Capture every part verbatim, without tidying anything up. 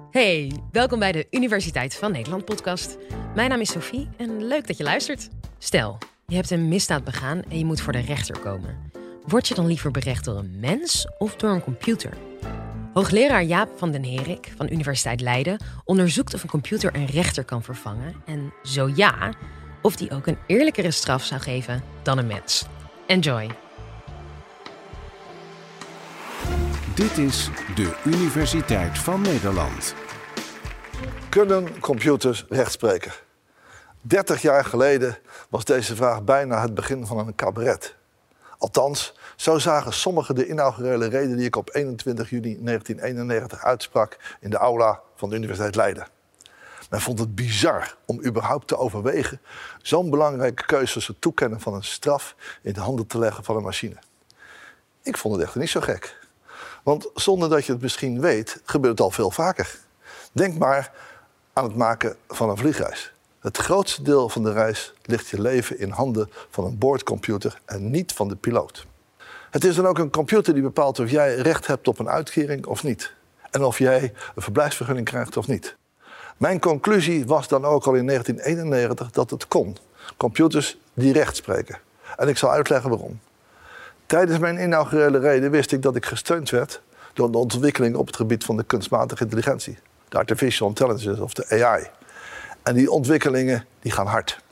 Hey, welkom bij de Universiteit van Nederland podcast. Mijn naam is Sophie en leuk dat je luistert. Stel, je hebt een misdaad begaan en je moet voor de rechter komen. Word je dan liever berecht door een mens of door een computer? Hoogleraar Jaap van den Herik van Universiteit Leiden onderzoekt of een computer een rechter kan vervangen. En zo ja, of die ook een eerlijkere straf zou geven dan een mens. Enjoy! Dit is de Universiteit van Nederland. Kunnen computers rechtspreken? dertig jaar geleden was deze vraag bijna het begin van een cabaret. Althans, zo zagen sommigen de inaugurele reden die ik op eenentwintig juni negentien eenennegentig uitsprak in de aula van de Universiteit Leiden. Men vond het bizar om überhaupt te overwegen zo'n belangrijke keuze als het toekennen van een straf in de handen te leggen van een machine. Ik vond het echter niet zo gek. Want zonder dat je het misschien weet, gebeurt het al veel vaker. Denk maar aan het maken van een vliegreis. Het grootste deel van de reis ligt je leven in handen van een boordcomputer en niet van de piloot. Het is dan ook een computer die bepaalt of jij recht hebt op een uitkering of niet. En of jij een verblijfsvergunning krijgt of niet. Mijn conclusie was dan ook al in negentien eenennegentig dat het kon. Computers die recht spreken. En ik zal uitleggen waarom. Tijdens mijn inaugurele reden wist ik dat ik gesteund werd door de ontwikkeling op het gebied van de kunstmatige intelligentie. De artificial intelligence of de A I. En die ontwikkelingen die gaan hard.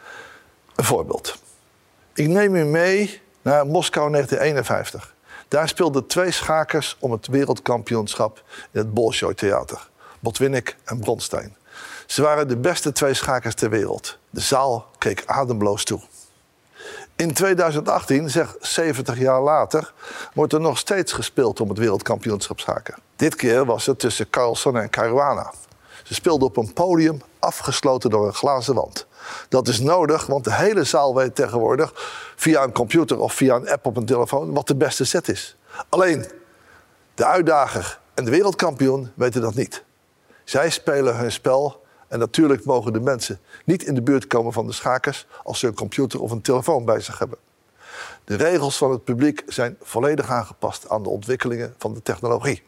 Een voorbeeld. Ik neem u mee naar Moskou negentien eenenvijftig. Daar speelden twee schakers om het wereldkampioenschap in het Bolshoi-theater. Botvinnik en Bronstein. Ze waren de beste twee schakers ter wereld. De zaal keek ademloos toe. In tweeduizend achttien, zeg zeventig jaar later, wordt er nog steeds gespeeld om het wereldkampioenschap schaken. Dit keer was het tussen Carlsen en Caruana. Ze speelden op een podium afgesloten door een glazen wand. Dat is nodig, want de hele zaal weet tegenwoordig via een computer of via een app op een telefoon wat de beste set is. Alleen de uitdager en de wereldkampioen weten dat niet. Zij spelen hun spel en natuurlijk mogen de mensen niet in de buurt komen van de schakers als ze een computer of een telefoon bij zich hebben. De regels van het publiek zijn volledig aangepast aan de ontwikkelingen van de technologie.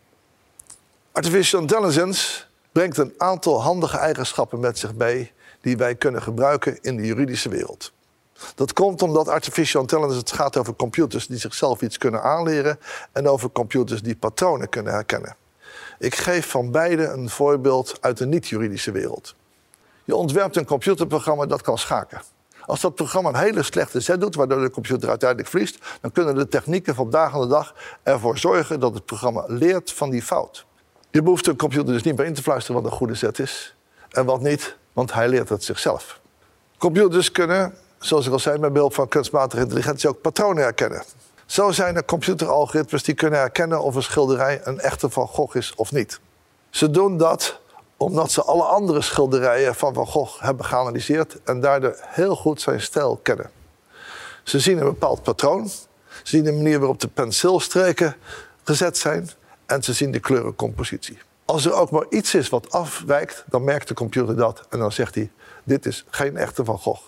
Artificial intelligence brengt een aantal handige eigenschappen met zich mee die wij kunnen gebruiken in de juridische wereld. Dat komt omdat artificial intelligence het gaat over computers die zichzelf iets kunnen aanleren en over computers die patronen kunnen herkennen. Ik geef van beide een voorbeeld uit de niet-juridische wereld. Je ontwerpt een computerprogramma dat kan schaken. Als dat programma een hele slechte zet doet, waardoor de computer uiteindelijk verliest, dan kunnen de technieken vandaag aan de dag ervoor zorgen dat het programma leert van die fout. Je behoeft een computer dus niet meer in te fluisteren wat een goede zet is en wat niet, want hij leert het zichzelf. Computers kunnen, zoals ik al zei, met behulp van kunstmatige intelligentie ook patronen herkennen. Zo zijn er computeralgoritmes die kunnen herkennen of een schilderij een echte Van Gogh is of niet. Ze doen dat omdat ze alle andere schilderijen van Van Gogh hebben geanalyseerd en daardoor heel goed zijn stijl kennen. Ze zien een bepaald patroon, ze zien de manier waarop de penseelstreken gezet zijn en ze zien de kleurencompositie. Als er ook maar iets is wat afwijkt, dan merkt de computer dat en dan zegt hij, dit is geen echte Van Gogh.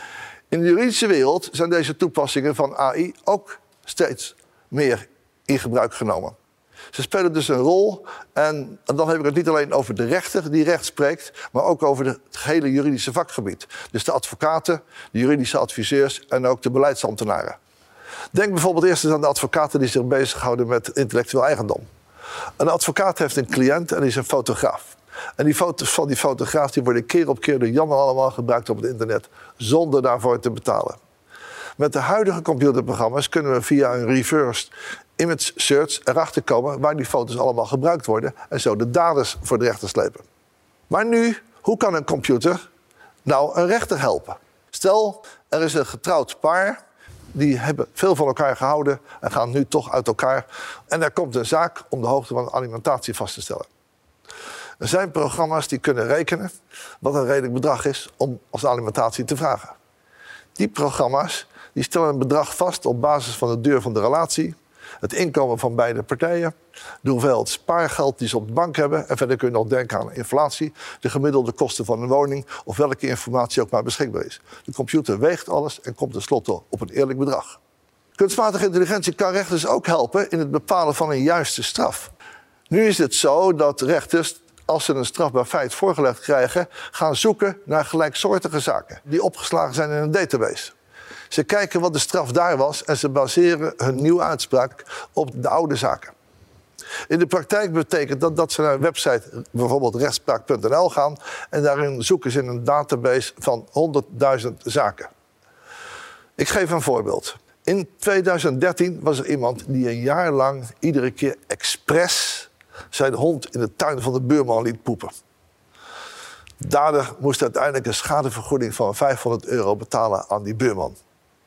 In de juridische wereld zijn deze toepassingen van A I ook steeds meer in gebruik genomen. Ze spelen dus een rol en dan heb ik het niet alleen over de rechter die recht spreekt, maar ook over het hele juridische vakgebied. Dus de advocaten, de juridische adviseurs en ook de beleidsambtenaren. Denk bijvoorbeeld eerst eens aan de advocaten die zich bezighouden met intellectueel eigendom. Een advocaat heeft een cliënt en die is een fotograaf. En die foto's van die fotograaf die worden keer op keer door Jan en allemaal gebruikt op het internet zonder daarvoor te betalen. Met de huidige computerprogramma's kunnen we via een reverse image search erachter komen waar die foto's allemaal gebruikt worden en zo de daders voor de rechter slepen. Maar nu, hoe kan een computer nou een rechter helpen? Stel, er is een getrouwd paar, die hebben veel van elkaar gehouden en gaan nu toch uit elkaar. En er komt een zaak om de hoogte van de alimentatie vast te stellen. Er zijn programma's die kunnen rekenen wat een redelijk bedrag is om als alimentatie te vragen. Die programma's die stellen een bedrag vast op basis van de duur van de relatie, het inkomen van beide partijen, de hoeveelheid spaargeld die ze op de bank hebben en verder kun je nog denken aan inflatie, de gemiddelde kosten van een woning of welke informatie ook maar beschikbaar is. De computer weegt alles en komt tenslotte op een eerlijk bedrag. Kunstmatige intelligentie kan rechters ook helpen in het bepalen van een juiste straf. Nu is het zo dat rechters als ze een strafbaar feit voorgelegd krijgen, gaan zoeken naar gelijksoortige zaken die opgeslagen zijn in een database. Ze kijken wat de straf daar was en ze baseren hun nieuwe uitspraak op de oude zaken. In de praktijk betekent dat dat ze naar een website, bijvoorbeeld rechtspraak punt n l, gaan en daarin zoeken ze in een database van honderdduizend zaken. Ik geef een voorbeeld. In tweeduizend dertien was er iemand die een jaar lang iedere keer expres zijn hond in de tuin van de buurman liet poepen. De dader moest uiteindelijk een schadevergoeding van vijfhonderd euro betalen aan die buurman.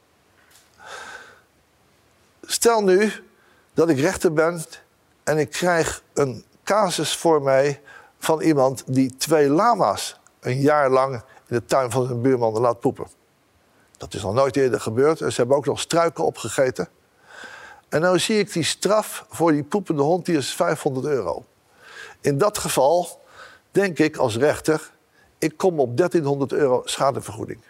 Stel nu dat ik rechter ben en ik krijg een casus voor mij van iemand die twee lama's een jaar lang in de tuin van zijn buurman laat poepen. Dat is nog nooit eerder gebeurd en ze hebben ook nog struiken opgegeten. En nou zie ik die straf voor die poepende hond, die is vijfhonderd euro. In dat geval denk ik als rechter, ik kom op dertienhonderd euro schadevergoeding.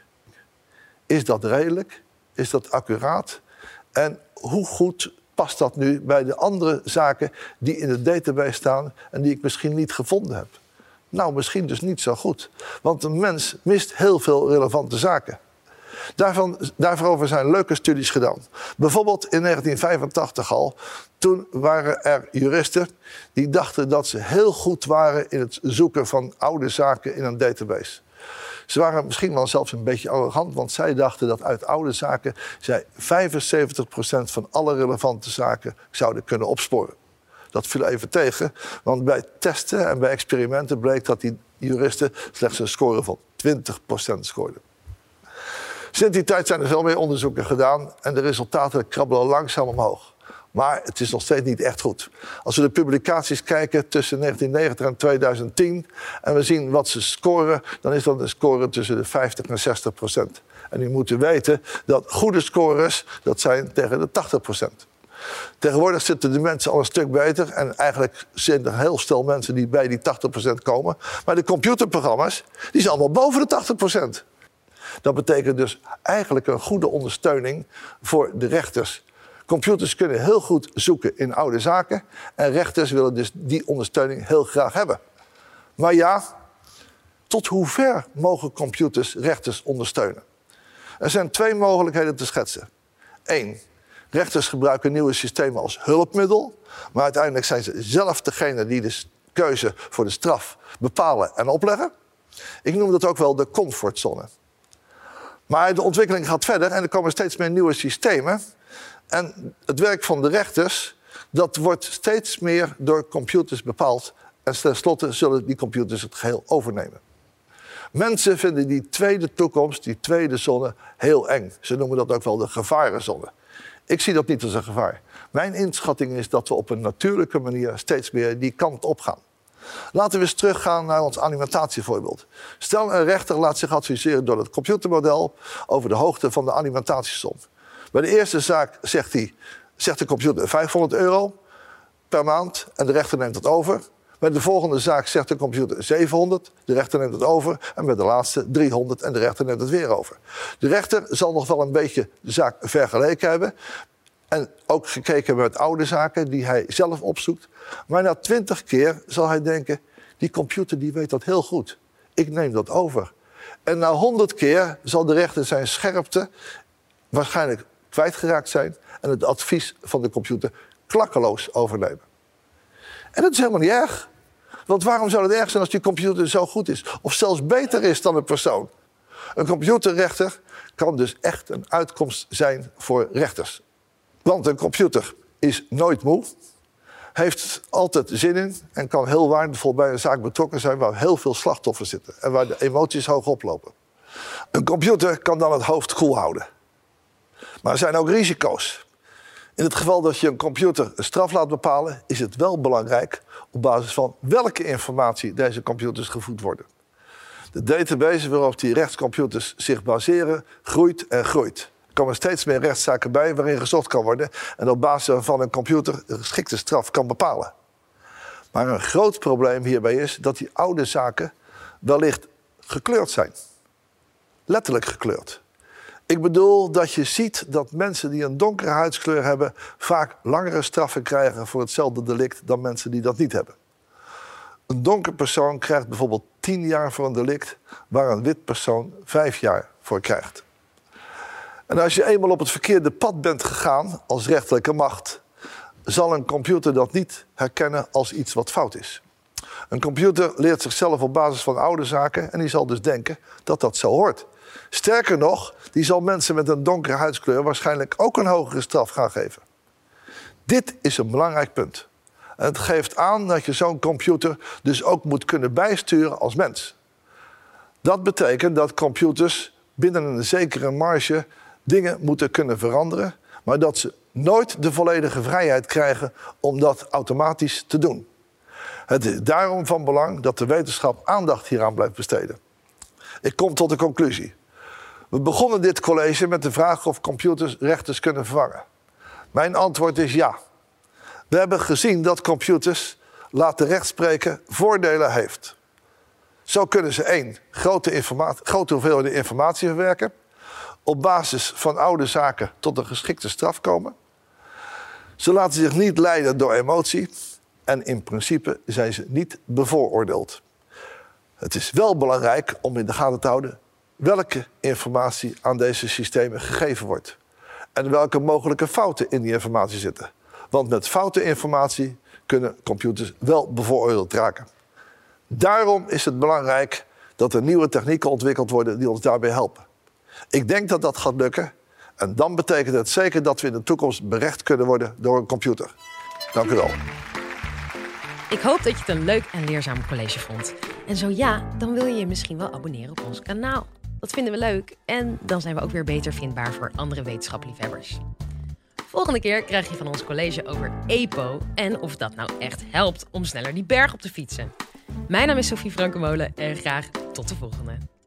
Is dat redelijk? Is dat accuraat? En hoe goed past dat nu bij de andere zaken die in de database staan en die ik misschien niet gevonden heb? Nou, misschien dus niet zo goed. Want een mens mist heel veel relevante zaken. Daarvan, daarvoor zijn leuke studies gedaan. Bijvoorbeeld in negentien vijfentachtig al. Toen waren er juristen die dachten dat ze heel goed waren in het zoeken van oude zaken in een database. Ze waren misschien wel zelfs een beetje arrogant, want zij dachten dat uit oude zaken zij vijfenzeventig procent van alle relevante zaken zouden kunnen opsporen. Dat viel even tegen, want bij testen en bij experimenten bleek dat die juristen slechts een score van twintig procent scoorden. Sinds die tijd zijn er veel meer onderzoeken gedaan en de resultaten krabbelen langzaam omhoog. Maar het is nog steeds niet echt goed. Als we de publicaties kijken tussen negentien negentig en tweeduizend tien en we zien wat ze scoren, dan is dat een score tussen de vijftig en zestig procent. En u moet weten dat goede scores, dat zijn tegen de tachtig procent. Tegenwoordig zitten de mensen al een stuk beter en eigenlijk zijn er heel stel mensen die bij die tachtig procent komen. Maar de computerprogramma's, die zijn allemaal boven de tachtig procent. Dat betekent dus eigenlijk een goede ondersteuning voor de rechters. Computers kunnen heel goed zoeken in oude zaken en rechters willen dus die ondersteuning heel graag hebben. Maar ja, tot hoever mogen computers rechters ondersteunen? Er zijn twee mogelijkheden te schetsen. Eén, rechters gebruiken nieuwe systemen als hulpmiddel, maar uiteindelijk zijn ze zelf degene die de keuze voor de straf bepalen en opleggen. Ik noem dat ook wel de comfortzone. Maar de ontwikkeling gaat verder en er komen steeds meer nieuwe systemen. En het werk van de rechters, dat wordt steeds meer door computers bepaald. En tenslotte zullen die computers het geheel overnemen. Mensen vinden die tweede toekomst, die tweede zone, heel eng. Ze noemen dat ook wel de gevarenzone. Ik zie dat niet als een gevaar. Mijn inschatting is dat we op een natuurlijke manier steeds meer die kant op gaan. Laten we eens teruggaan naar ons alimentatievoorbeeld. Stel, een rechter laat zich adviseren door het computermodel over de hoogte van de alimentatiesom. Bij de eerste zaak zegt, hij, zegt de computer vijfhonderd euro per maand en de rechter neemt het over. Bij de volgende zaak zegt de computer zevenhonderd, de rechter neemt het over. En bij de laatste driehonderd en de rechter neemt het weer over. De rechter zal nog wel een beetje de zaak vergeleken hebben. En ook gekeken met oude zaken die hij zelf opzoekt. Maar na twintig keer zal hij denken, die computer die weet dat heel goed. Ik neem dat over. En na honderd keer zal de rechter zijn scherpte waarschijnlijk kwijtgeraakt zijn en het advies van de computer klakkeloos overnemen. En dat is helemaal niet erg. Want waarom zou het erg zijn als die computer zo goed is? Of zelfs beter is dan een persoon? Een computerrechter kan dus echt een uitkomst zijn voor rechters. Want een computer is nooit moe, heeft altijd zin in en kan heel waardevol bij een zaak betrokken zijn waar heel veel slachtoffers zitten en waar de emoties hoog oplopen. Een computer kan dan het hoofd koel houden. Maar er zijn ook risico's. In het geval dat je een computer een straf laat bepalen, is het wel belangrijk op basis van welke informatie deze computers gevoed worden. De database waarop die rechtscomputers zich baseren groeit en groeit. Er komen steeds meer rechtszaken bij waarin gezocht kan worden en op basis waarvan een computer een geschikte straf kan bepalen. Maar een groot probleem hierbij is dat die oude zaken wellicht gekleurd zijn. Letterlijk gekleurd. Ik bedoel dat je ziet dat mensen die een donkere huidskleur hebben vaak langere straffen krijgen voor hetzelfde delict dan mensen die dat niet hebben. Een donker persoon krijgt bijvoorbeeld tien jaar voor een delict, waar een wit persoon vijf jaar voor krijgt. En als je eenmaal op het verkeerde pad bent gegaan als rechterlijke macht, zal een computer dat niet herkennen als iets wat fout is. Een computer leert zichzelf op basis van oude zaken en die zal dus denken dat dat zo hoort. Sterker nog, die zal mensen met een donkere huidskleur waarschijnlijk ook een hogere straf gaan geven. Dit is een belangrijk punt. En het geeft aan dat je zo'n computer dus ook moet kunnen bijsturen als mens. Dat betekent dat computers binnen een zekere marge dingen moeten kunnen veranderen, maar dat ze nooit de volledige vrijheid krijgen om dat automatisch te doen. Het is daarom van belang dat de wetenschap aandacht hieraan blijft besteden. Ik kom tot de conclusie. We begonnen dit college met de vraag of computers rechters kunnen vervangen. Mijn antwoord is ja. We hebben gezien dat computers laten rechtspreken voordelen heeft. Zo kunnen ze één, grote, informatie, grote hoeveelheden informatie verwerken, op basis van oude zaken tot een geschikte straf komen. Ze laten zich niet leiden door emotie en in principe zijn ze niet bevooroordeeld. Het is wel belangrijk om in de gaten te houden welke informatie aan deze systemen gegeven wordt en welke mogelijke fouten in die informatie zitten. Want met foute informatie kunnen computers wel bevooroordeeld raken. Daarom is het belangrijk dat er nieuwe technieken ontwikkeld worden die ons daarbij helpen. Ik denk dat dat gaat lukken. En dan betekent het zeker dat we in de toekomst berecht kunnen worden door een computer. Dank u wel. Ik hoop dat je het een leuk en leerzaam college vond. En zo ja, dan wil je je misschien wel abonneren op ons kanaal. Dat vinden we leuk en dan zijn we ook weer beter vindbaar voor andere wetenschapsliefhebbers. Volgende keer krijg je van ons college over E P O en of dat nou echt helpt om sneller die berg op te fietsen. Mijn naam is Sophie Frankenmolen en graag tot de volgende.